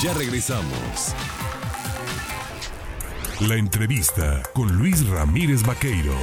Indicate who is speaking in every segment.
Speaker 1: Ya regresamos. La entrevista con Luis Ramírez Vaqueiro.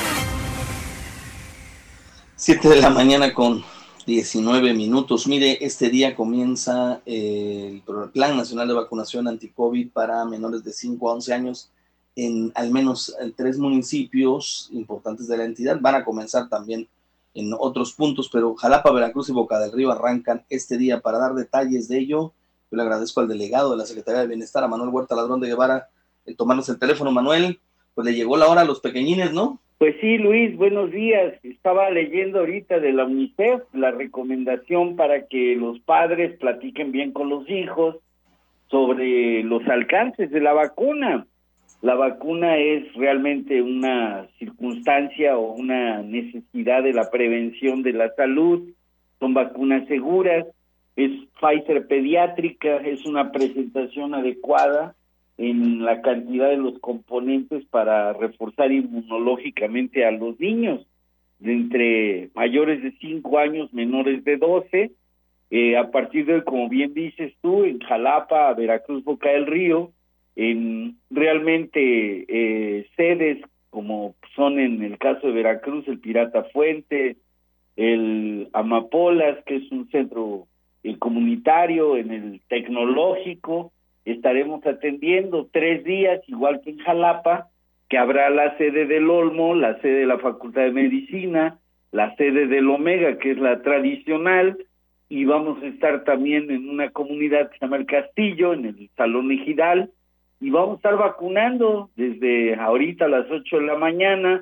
Speaker 2: 7 de la mañana con 19 minutos. Mire, este día comienza el Plan Nacional de Vacunación Anti-COVID para menores de 5 a 11 años en al menos 3 municipios importantes de la entidad. Van a comenzar también en otros puntos, pero Jalapa, Veracruz y Boca del Río arrancan este día. Para dar detalles de ello, yo le agradezco al delegado de la Secretaría de Bienestar, a Manuel Huerta Ladrón de Guevara, el tomarnos el teléfono. Manuel, pues le llegó la hora a los pequeñines, ¿no?
Speaker 3: Pues sí, Luis, buenos días. Estaba leyendo ahorita de la UNICEF la recomendación para que los padres platiquen bien con los hijos sobre los alcances de la vacuna. La vacuna es realmente una circunstancia o una necesidad de la prevención de la salud. Son vacunas seguras, es Pfizer pediátrica, es una presentación adecuada en la cantidad de los componentes para reforzar inmunológicamente a los niños de entre mayores de 5 años, menores de 12, a partir de, como bien dices tú, en Jalapa, Veracruz, Boca del Río, en realmente sedes como son en el caso de Veracruz, el Pirata Fuente, el Amapolas, que es un centro comunitario, en el Tecnológico. Estaremos atendiendo 3 días, igual que en Jalapa, que habrá la sede del Olmo, la sede de la Facultad de Medicina, la sede del Omega, que es la tradicional, y vamos a estar también en una comunidad que se llama El Castillo, en el Salón Ejidal, y vamos a estar vacunando desde ahorita a las 8 de la mañana.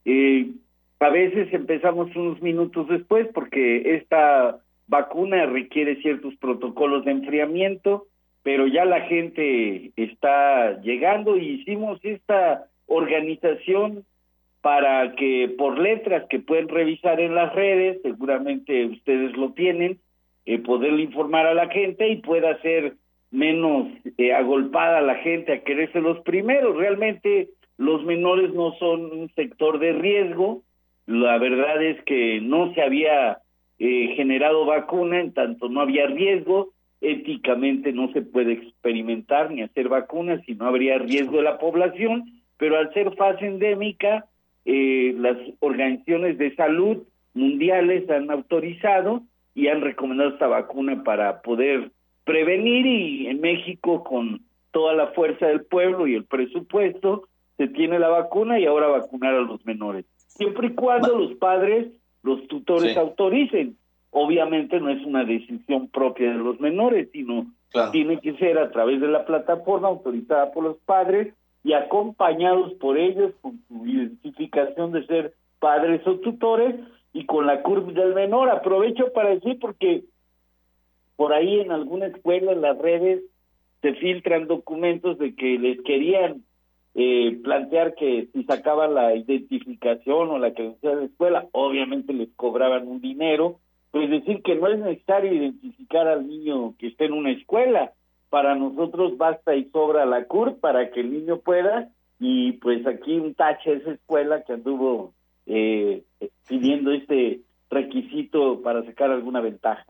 Speaker 3: A veces empezamos unos minutos después porque esta vacuna requiere ciertos protocolos de enfriamiento, pero ya la gente está llegando y hicimos esta organización para que por letras que pueden revisar en las redes, seguramente ustedes lo tienen, poderle informar a la gente y pueda ser menos agolpada la gente a quererse los primeros. Realmente los menores no son un sector de riesgo. La verdad es que no se había generado vacuna, en tanto no había riesgo. Éticamente no se puede experimentar ni hacer vacunas si no habría riesgo de la población, pero al ser fase endémica, las organizaciones de salud mundiales han autorizado y han recomendado esta vacuna para poder prevenir, y en México, con toda la fuerza del pueblo y el presupuesto, se tiene la vacuna y ahora vacunar a los menores, siempre y cuando los padres, los tutores autoricen. Obviamente no es una decisión propia de los menores, sino tiene que ser a través de la plataforma autorizada por los padres y acompañados por ellos con su identificación de ser padres o tutores y con la CURP del menor. Aprovecho para decir, porque por ahí en alguna escuela, en las redes, se filtran documentos de que les querían plantear que si sacaban la identificación o la credencial de la escuela, obviamente les cobraban un dinero. Pues decir que no es necesario identificar al niño que esté en una escuela. Para nosotros basta y sobra la CURP para que el niño pueda, y pues aquí un tache a esa escuela que anduvo pidiendo este requisito para sacar alguna ventaja.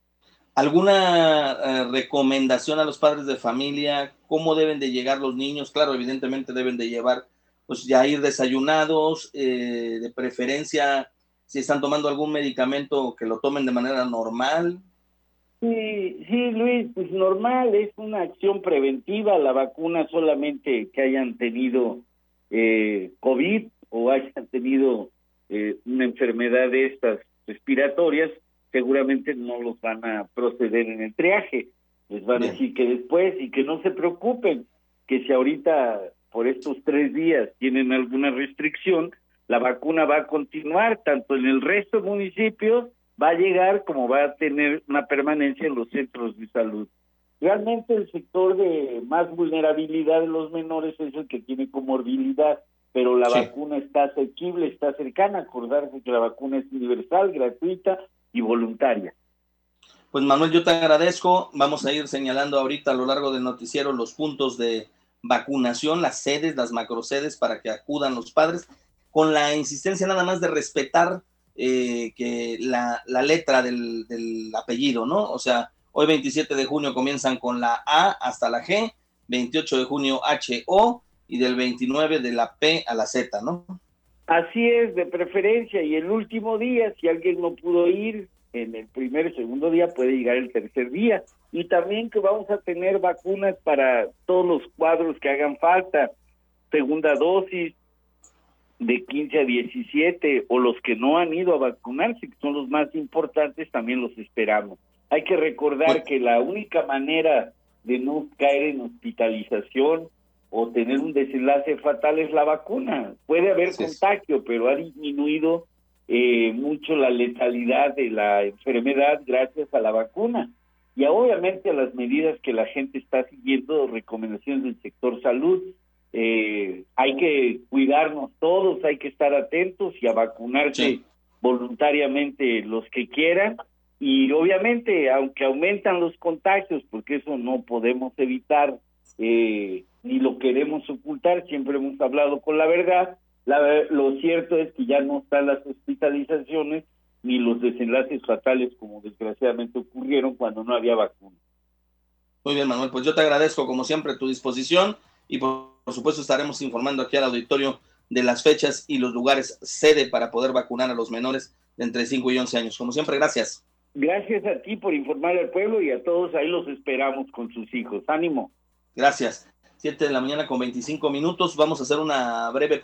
Speaker 2: ¿Alguna recomendación a los padres de familia? ¿Cómo deben de llegar los niños? Claro, evidentemente deben de llevar, pues ya ir desayunados, de preferencia, si están tomando algún medicamento, que lo tomen de manera normal.
Speaker 3: Sí, Luis, pues normal, es una acción preventiva. La vacuna, solamente que hayan tenido COVID o hayan tenido una enfermedad de estas respiratorias, seguramente no los van a proceder en el triaje. Les van a decir que después, y que no se preocupen, que si ahorita por estos 3 días tienen alguna restricción, la vacuna va a continuar, tanto en el resto de municipios, va a llegar como va a tener una permanencia en los centros de salud. Realmente el sector de más vulnerabilidad de los menores es el que tiene comorbilidad, pero la vacuna está asequible, está cercana. Acordarse que la vacuna es universal, gratuita y voluntaria.
Speaker 2: Pues Manuel, yo te agradezco. Vamos a ir señalando ahorita a lo largo del noticiero los puntos de vacunación, las sedes, las macrosedes, para que acudan los padres, con la insistencia nada más de respetar que la letra del apellido, ¿no? O sea, Hoy 27 de junio comienzan con la A hasta la G, 28 de junio H-O y del 29 de la P a la Z, ¿no?
Speaker 3: Así es, de preferencia, y el último día, si alguien no pudo ir en el primer, segundo día, puede llegar el tercer día. Y también que vamos a tener vacunas para todos los cuadros que hagan falta, segunda dosis de 15 a 17, o los que no han ido a vacunarse, que son los más importantes, también los esperamos. Hay que recordar que la única manera de no caer en hospitalización o tener un desenlace fatal es la vacuna. Puede haber contagio, pero ha disminuido mucho la letalidad de la enfermedad gracias a la vacuna. Y obviamente a las medidas que la gente está siguiendo, recomendaciones del sector salud. Hay que cuidarnos todos, hay que estar atentos y a vacunarse voluntariamente los que quieran. Y obviamente, aunque aumentan los contagios, porque eso no podemos evitar, ni lo queremos ocultar, siempre hemos hablado con la verdad, lo cierto es que ya no están las hospitalizaciones ni los desenlaces fatales como desgraciadamente ocurrieron cuando no había vacuna.
Speaker 2: Muy bien, Manuel, pues yo te agradezco como siempre tu disposición y por supuesto estaremos informando aquí al auditorio de las fechas y los lugares sede para poder vacunar a los menores de entre 5 y 11 años. Como siempre, gracias.
Speaker 3: Gracias a ti por informar al pueblo y a todos ahí los esperamos con sus hijos. ¡Ánimo!
Speaker 2: Gracias. 7 de la mañana con 25 minutos. Vamos a hacer una breve